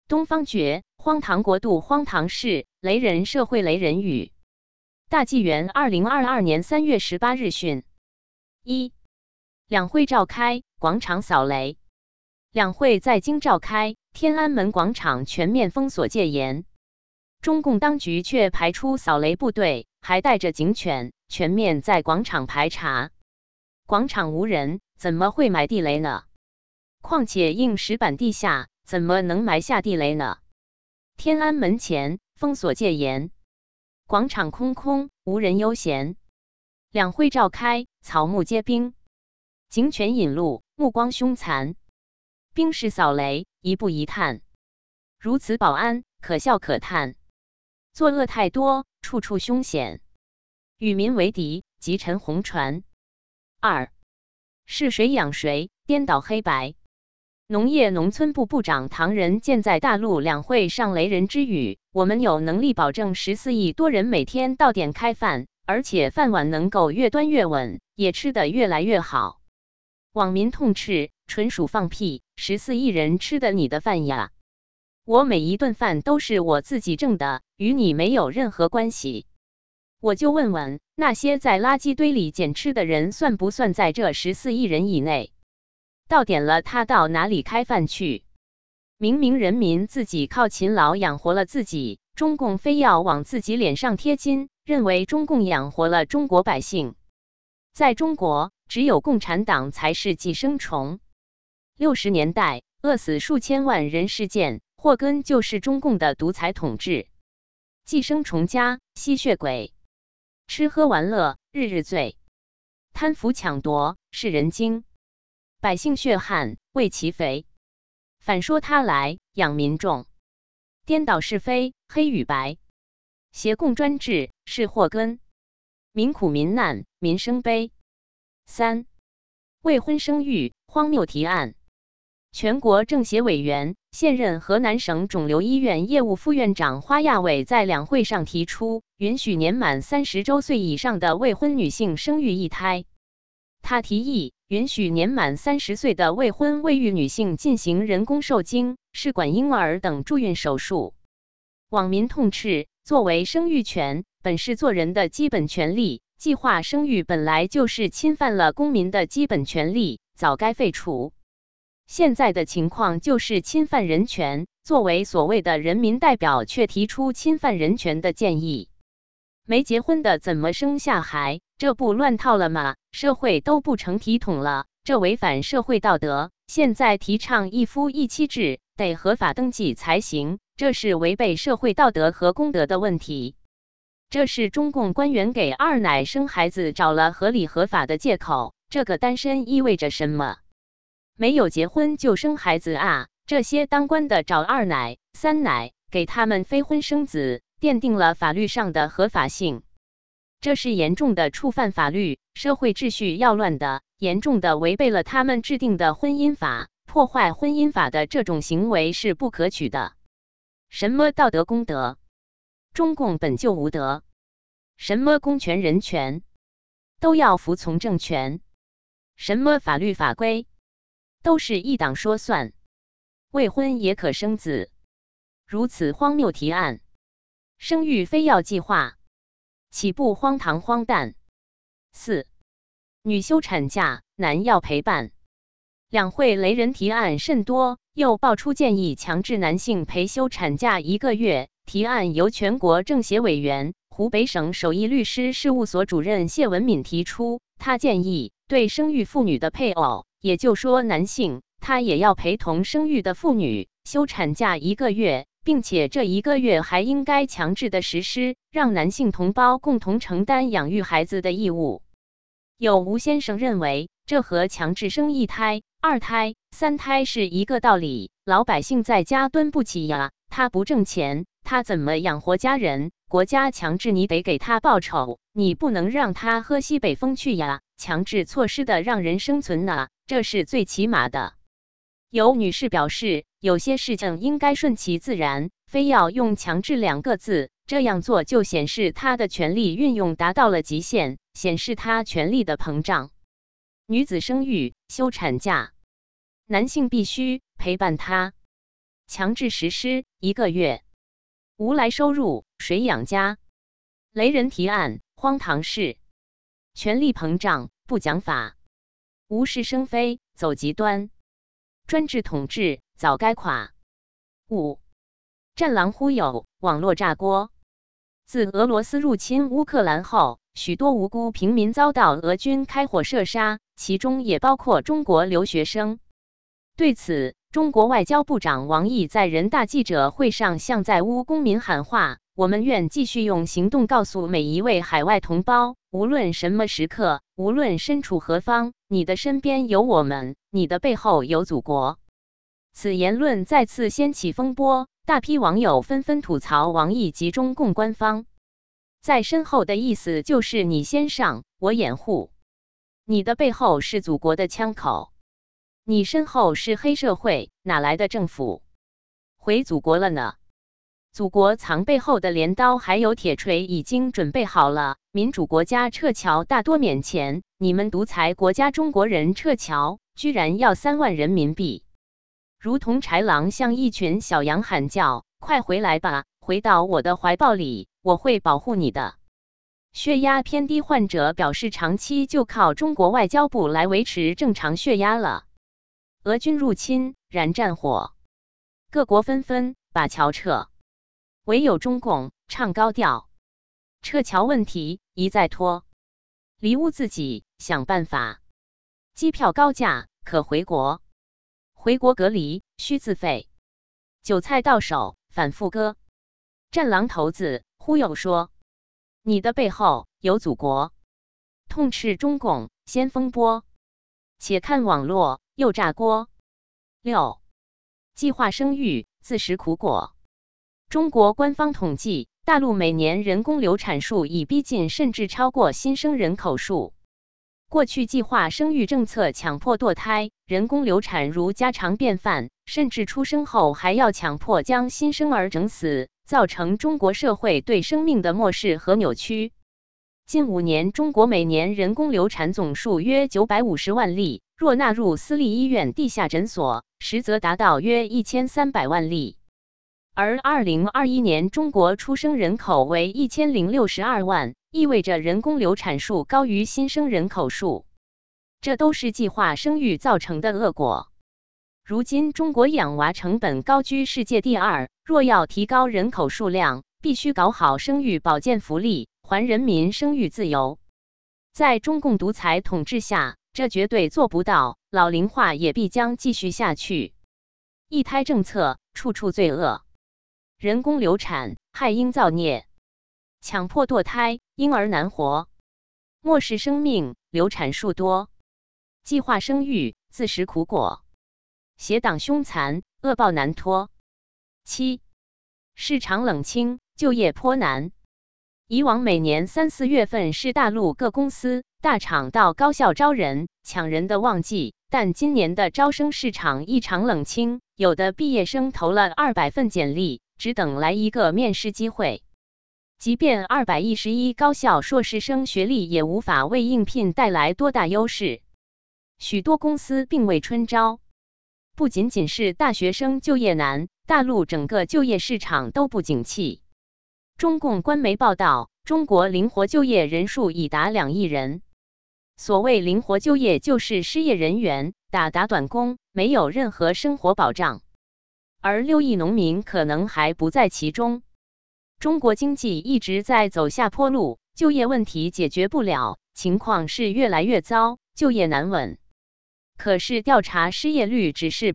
东方觉，荒唐国度，荒唐事，雷人社会，雷人语。大纪元2022年3月18日讯。1. 两会召开，广场扫雷。两会在京召开，天安门广场全面封锁戒严，中共当局却派出扫雷部队，还带着警犬，全面在广场排查。广场无人，怎么会埋地雷呢？况且硬石板地下，怎么能埋下地雷呢？天安门前封锁戒严，广场空空，无人悠闲。两会召开，草木皆兵，警犬引路，目光凶残。兵士扫雷，一步一探，如此保安，可笑可叹。作恶太多，处处凶险，与民为敌，即沉红船。2. 是谁养谁，颠倒黑白。农业农村部部长唐仁健在大陆两会上雷人之语：我们有能力保证14亿多人每天到点开饭，而且饭碗能够越端越稳，也吃得越来越好。网民痛斥，纯属放屁，14亿人吃的你的饭呀！我每一顿饭都是我自己挣的，与你没有任何关系。我就问问，那些在垃圾堆里捡吃的人算不算在这14亿人以内？到点了，他到哪里开饭去？明明人民自己靠勤劳养活了自己，中共非要往自己脸上贴金，认为中共养活了中国百姓。在中国，只有共产党才是寄生虫。60年代饿死数千万人事件，祸根就是中共的独裁统治。寄生虫家，吸血鬼，吃喝玩乐，日日醉，贪腐抢夺，是人精。百姓血汗，为其肥，反说他来养民众，颠倒是非，黑与白，挟共专制是祸根，民苦民难，民生悲。3. 未婚生育荒谬提案。全国政协委员、现任河南省肿瘤医院业务副院长花亚伟在两会上提出，允许年满30周岁以上的未婚女性生育一胎。他提议允许年满30岁的未婚未育女性进行人工受精、试管婴儿等助孕手术。网民痛斥，作为生育权，本是做人的基本权利，计划生育本来就是侵犯了公民的基本权利，早该废除。现在的情况就是侵犯人权，作为所谓的人民代表却提出侵犯人权的建议。没结婚的怎么生下孩？这不乱套了吗？社会都不成体统了，这违反社会道德。现在提倡一夫一妻制，得合法登记才行，这是违背社会道德和公德的问题。这是中共官员给二奶生孩子找了合理合法的借口。这个单身意味着什么？没有结婚就生孩子啊？这些当官的找二奶、三奶，给他们非婚生子，奠定了法律上的合法性。这是严重的触犯法律，社会秩序要乱的，严重的违背了他们制定的婚姻法，破坏婚姻法的这种行为是不可取的。什么道德公德？中共本就无德。什么公权人权？都要服从政权。什么法律法规？都是一党说算。未婚也可生子，如此荒谬提案，生育非要计划，岂不荒唐荒诞？4. 女休产假，男要陪伴。两会雷人提案甚多，又爆出建议强制男性陪休产假1个月。提案由全国政协委员、湖北省首义律师事务所主任谢文敏提出。他建议，对生育妇女的配偶，也就说男性，他也要陪同生育的妇女休产假1个月，并且这1个月还应该强制的实施，让男性同胞共同承担养育孩子的义务。有吴先生认为，这和强制生1胎、2胎、3胎是一个道理，老百姓在家蹲不起呀，他不挣钱，他怎么养活家人？国家强制你得给他报酬，你不能让他喝西北风去呀，强制措施的让人生存呢，这是最起码的。有女士表示，有些事情应该顺其自然，非要用强制2个字，这样做就显示她的权力运用达到了极限，显示她权力的膨胀。女子生育休产假，男性必须陪伴她。 强制实施1个月，无来收入谁养家？雷人提案，荒唐事，权力膨胀，不讲法，无事生非，走极端，专制统治早该垮。5. 战狼忽悠，网络炸锅。自俄罗斯入侵乌克兰后，许多无辜平民遭到俄军开火射杀，其中也包括中国留学生。对此，中国外交部长王毅在人大记者会上向在乌公民喊话：我们愿继续用行动告诉每一位海外同胞，无论什么时刻，无论身处何方，你的身边有我们，你的背后有祖国。此言论再次掀起风波，大批网友纷纷吐槽王毅及中共官方。在身后的意思就是你先上，我掩护。你的背后是祖国的枪口，你身后是黑社会，哪来的政府？回祖国了呢？祖国藏背后的镰刀还有铁锤已经准备好了。民主国家撤侨大多免钱，你们独裁国家中国人撤侨居然要3万人民币，如同豺狼向一群小羊喊叫：快回来吧，回到我的怀抱里，我会保护你的。血压偏低患者表示，长期就靠中国外交部来维持正常血压了。俄军入侵，燃战火，各国纷纷把侨撤，唯有中共唱高调，撤侨问题一再拖，离屋自己想办法，机票高价可回国，回国隔离需自费，韭菜到手反复割，战狼头子忽悠说你的背后有祖国，痛斥中共先风波，且看网络又炸锅。6. 计划生育自食苦果。中国官方统计，大陆每年人工流产数已逼近甚至超过新生人口数。过去计划生育政策强迫堕胎，人工流产如家常便饭，甚至出生后还要强迫将新生儿整死，造成中国社会对生命的漠视和扭曲。近5年，中国每年人工流产总数约950万例，若纳入私立医院、地下诊所，实则达到约1300万例。而2021年中国出生人口为1062万，意味着人工流产数高于新生人口数，这都是计划生育造成的恶果。如今中国养娃成本高居世界第2，若要提高人口数量，必须搞好生育保健福利，还人民生育自由。在中共独裁统治下，这绝对做不到，老龄化也必将继续下去。一胎政策处处罪恶，人工流产害婴造孽，强迫堕胎婴儿难活，漠视生命流产数多，计划生育自食苦果，邪党凶残恶报难脱。7. 市场冷清就业颇难。以往每年3、4月份是大陆各公司大厂到高校招人抢人的旺季，但今年的招生市场异常冷清，有的毕业生投了200份简历，只等来一个面试机会。即便211高校硕士生学历，也无法为应聘带来多大优势。许多公司并未春招。不仅仅是大学生就业难，大陆整个就业市场都不景气。中共官媒报道，中国灵活就业人数已达2亿人。所谓灵活就业，就是失业人员打短工，没有任何生活保障，而6亿农民可能还不在其中。中国经济一直在走下坡路，就业问题解决不了，情况是越来越糟，就业难稳。可是调查失业率只是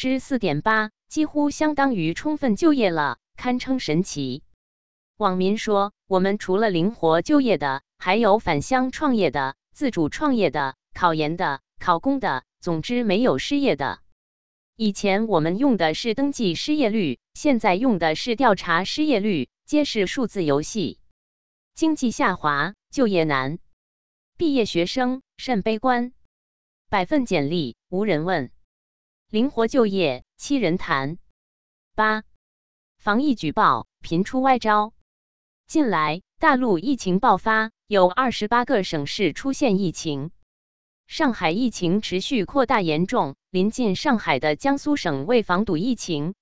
4.8%，几乎相当于充分就业了，堪称神奇。网民说，我们除了灵活就业的，还有返乡创业的、自主创业的、考研的、考公的，总之没有失业的。以前我们用的是登记失业率，现在用的是调查失业率，皆是数字游戏。经济下滑，就业难，毕业学生甚悲观。100份简历无人问，灵活就业7人谈。8. 防疫举报频出歪招。近来，大陆疫情爆发，有28个省市出现疫情。上海疫情持续扩大严重，临近上海的江苏省为防堵疫情，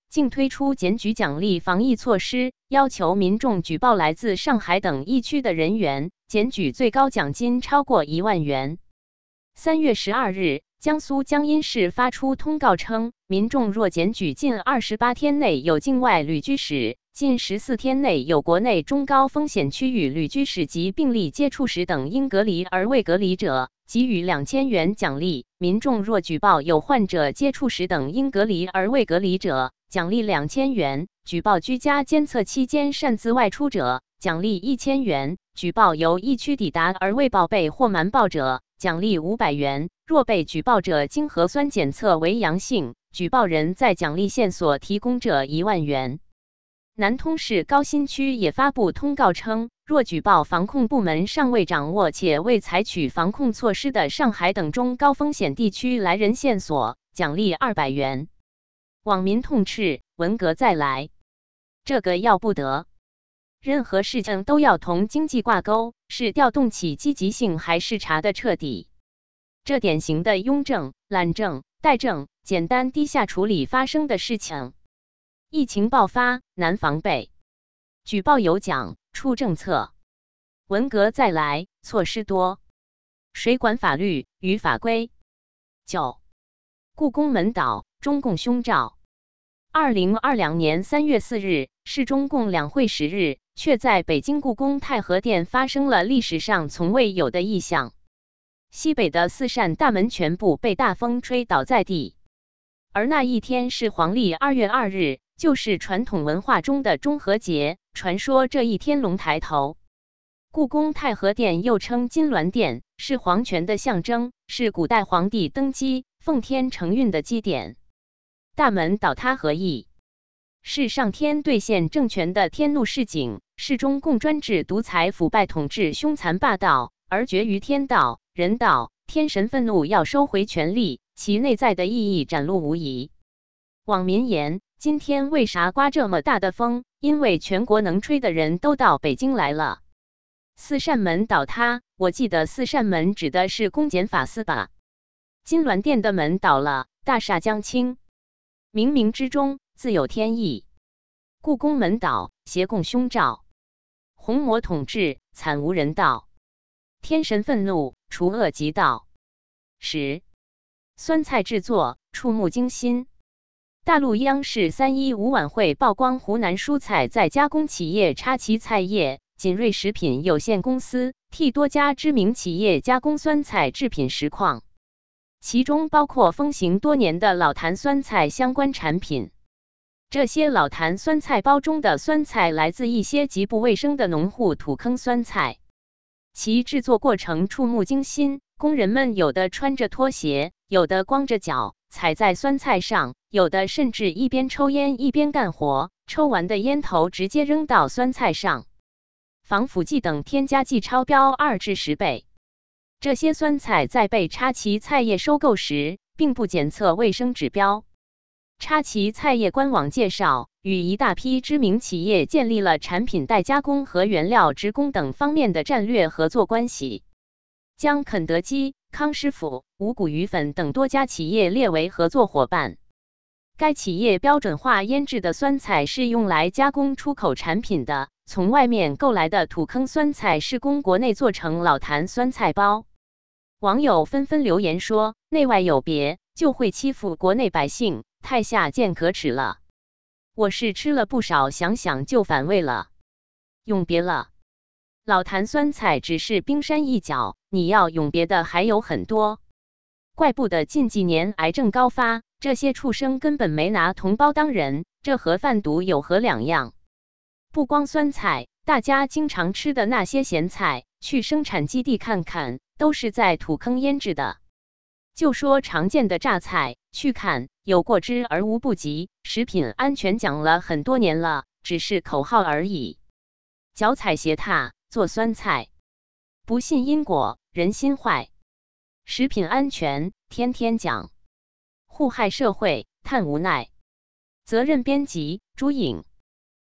竟推出检举奖励防疫措施，要求民众举报来自上海等疫区的人员，检举最高奖金超过1万元。3月12日，江苏江阴市发出通告称，民众若检举近28天内有境外旅居史，近14天内有国内中高风险区域旅居史及病例接触史等应隔离而未隔离者，给予2000元奖励；民众若举报有患者接触史等应隔离而未隔离者，奖励2000元；举报居家监测期间擅自外出者，奖励1000元；举报由疫区抵达而未报备或瞒报者，奖励500元。若被举报者经核酸检测为阳性，举报人在奖励线索提供者1万元。南通市高新区也发布通告称，若举报防控部门尚未掌握且未采取防控措施的上海等中高风险地区来人线索，奖励200元。网民痛斥文革再来，这个要不得。任何事情都要同经济挂钩，是调动起积极性还是查得彻底？这典型的庸政、懒政、怠政、简单低下处理发生的事情。疫情爆发难防备，举报有奖出政策，文革再来措施多，谁管法律与法规？9. 故宫门倒，中共凶兆。2022年3月4日是中共两会10日，却在北京故宫太和殿发生了历史上从未有的异象。西北的4扇大门全部被大风吹倒在地，而那一天是黄历2月2日，就是传统文化中的中和节。传说这一天龙抬头。故宫太和殿又称金銮殿，是皇权的象征，是古代皇帝登基、奉天承运的基点。大门倒塌何意？是上天兑现政权的天怒示警，是中共专制独裁腐败统治凶残霸道，而绝于天道、人道。天神愤怒要收回权力，其内在的意义展露无遗。网民言，今天为啥刮这么大的风？因为全国能吹的人都到北京来了。4扇门倒塌，我记得4扇门指的是公检法司吧？金銮殿的门倒了，大厦将倾。冥冥之中自有天意。故宫门倒，邪共凶兆。红魔统治，惨无人道。天神愤怒，除恶及道。10. 酸菜制作触目惊心。大陆央视315晚会曝光湖南蔬菜再加工企业插旗菜业锦瑞食品有限公司替多家知名企业加工酸菜制品实况，其中包括风行多年的老坛酸菜相关产品。这些老坛酸菜包中的酸菜来自一些极不卫生的农户土坑酸菜，其制作过程触目惊心。工人们有的穿着拖鞋，有的光着脚踩在酸菜上，有的甚至一边抽烟一边干活，抽完的烟头直接扔到酸菜上。防腐剂等添加剂超标2至10倍。这些酸菜在被插旗菜业收购时，并不检测卫生指标。插旗菜业官网介绍，与一大批知名企业建立了产品代加工和原料直供等方面的战略合作关系，将肯德基、康师傅、五谷鱼粉等多家企业列为合作伙伴。该企业标准化腌制的酸菜是用来加工出口产品的，从外面购来的土坑酸菜是供国内做成老坛酸菜包。网友纷纷留言说，内外有别，就会欺负国内百姓，太下贱可耻了。我是吃了不少，想想就反胃了。永别了，老坛酸菜只是冰山一角，你要永别的还有很多。怪不得近几年癌症高发，这些畜生根本没拿同胞当人，这和贩毒有何两样？不光酸菜，大家经常吃的那些咸菜，去生产基地看看，都是在土坑腌制的。就说常见的榨菜，去看有过之而无不及。食品安全讲了很多年了，只是口号而已。脚踩鞋踏做酸菜，不信因果人心坏。食品安全天天讲，祸害社会叹无奈。责任编辑：朱颖。